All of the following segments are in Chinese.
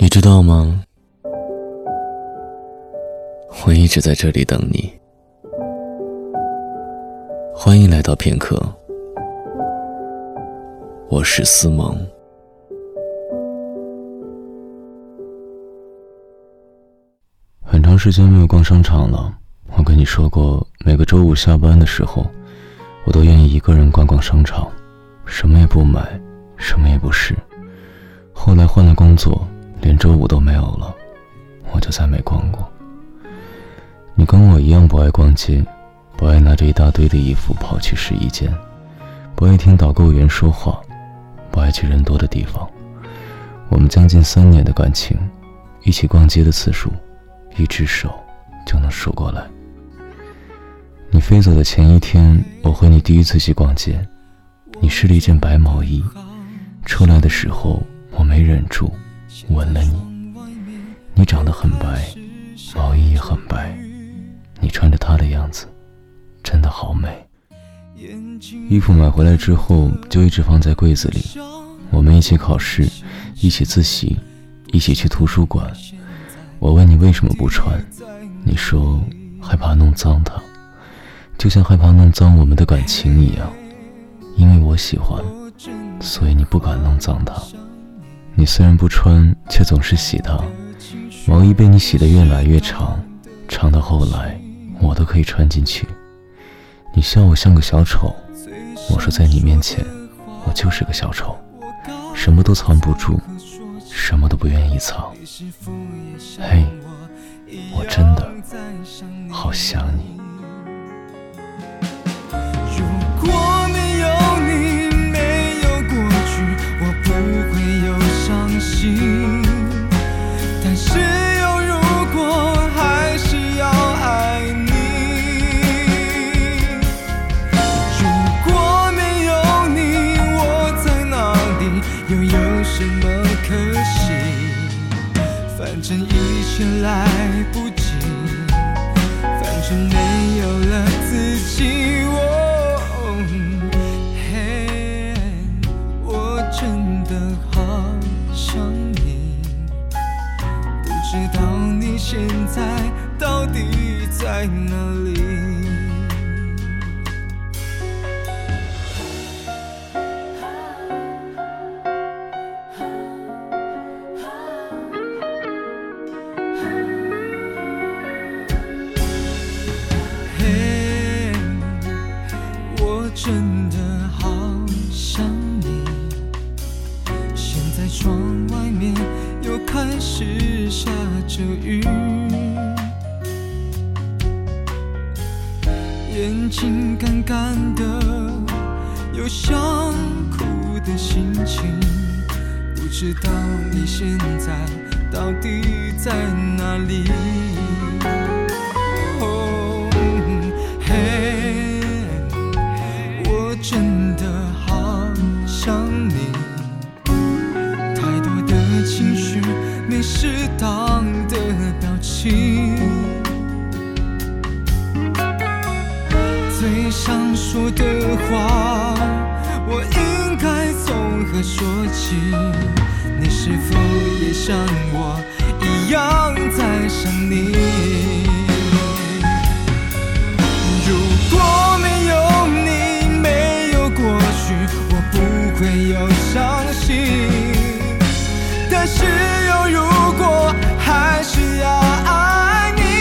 你知道吗？我一直在这里等你。欢迎来到片刻，我是思萌。很长时间没有逛商场了，我跟你说过，每个周五下班的时候，我都愿意一个人逛逛商场，什么也不买，什么也不试。后来换了工作，连周五都没有了，我就再没逛过。你跟我一样不爱逛街，不爱拿着一大堆的衣服跑去试衣间，不爱听导购员说话，不爱去人多的地方。我们将近3年的感情，一起逛街的次数，一只手就能数过来。你飞走的前一天，我和你第一次去逛街，你试了一件白毛衣，出来的时候我没忍住吻了你。你长得很白，毛衣也很白，你穿着它的样子真的好美。衣服买回来之后就一直放在柜子里，我们一起考试，一起自习，一起去图书馆。我问你为什么不穿，你说害怕弄脏它，就像害怕弄脏我们的感情一样。因为我喜欢，所以你不敢弄脏它。你虽然不穿，却总是洗它。毛衣被你洗得越来越长，长到后来我都可以穿进去。你笑我像个小丑，我说在你面前我就是个小丑，什么都藏不住，什么都不愿意藏。嘿，我真的好想你。 如果没有你，没有过去，我不会有伤心。但是有如果，还是要爱你。如果没有你，我在哪里，又有什么可惜？反正一切来不及，反正没有了自己。我真的好想你，不知道你现在到底在哪里。我真的好想你，现在窗外面又开始下着雨，眼睛干干的，有想哭的心情，不知道你现在到底在哪里。我真的好想你，太多的情绪，没适当的表情，最想说的话，我应该从何说起？你是否也像我一样在想你？如果没有你，没有过去，我不会有伤心。但是有如果，还是要爱你。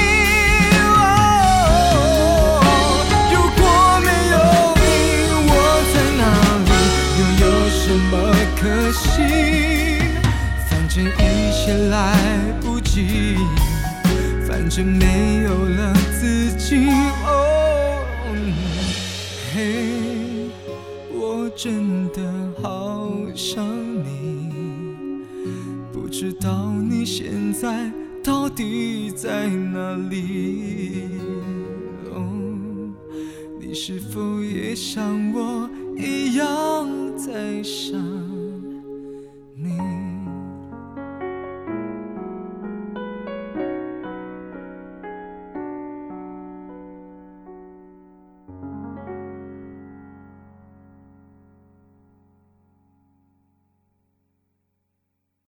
如果没有你，我在哪里，又有什么可惜？反正一切来不及，反正没有了自己。我真的好想你，不知道你现在到底在哪里。你是否也像我一样在想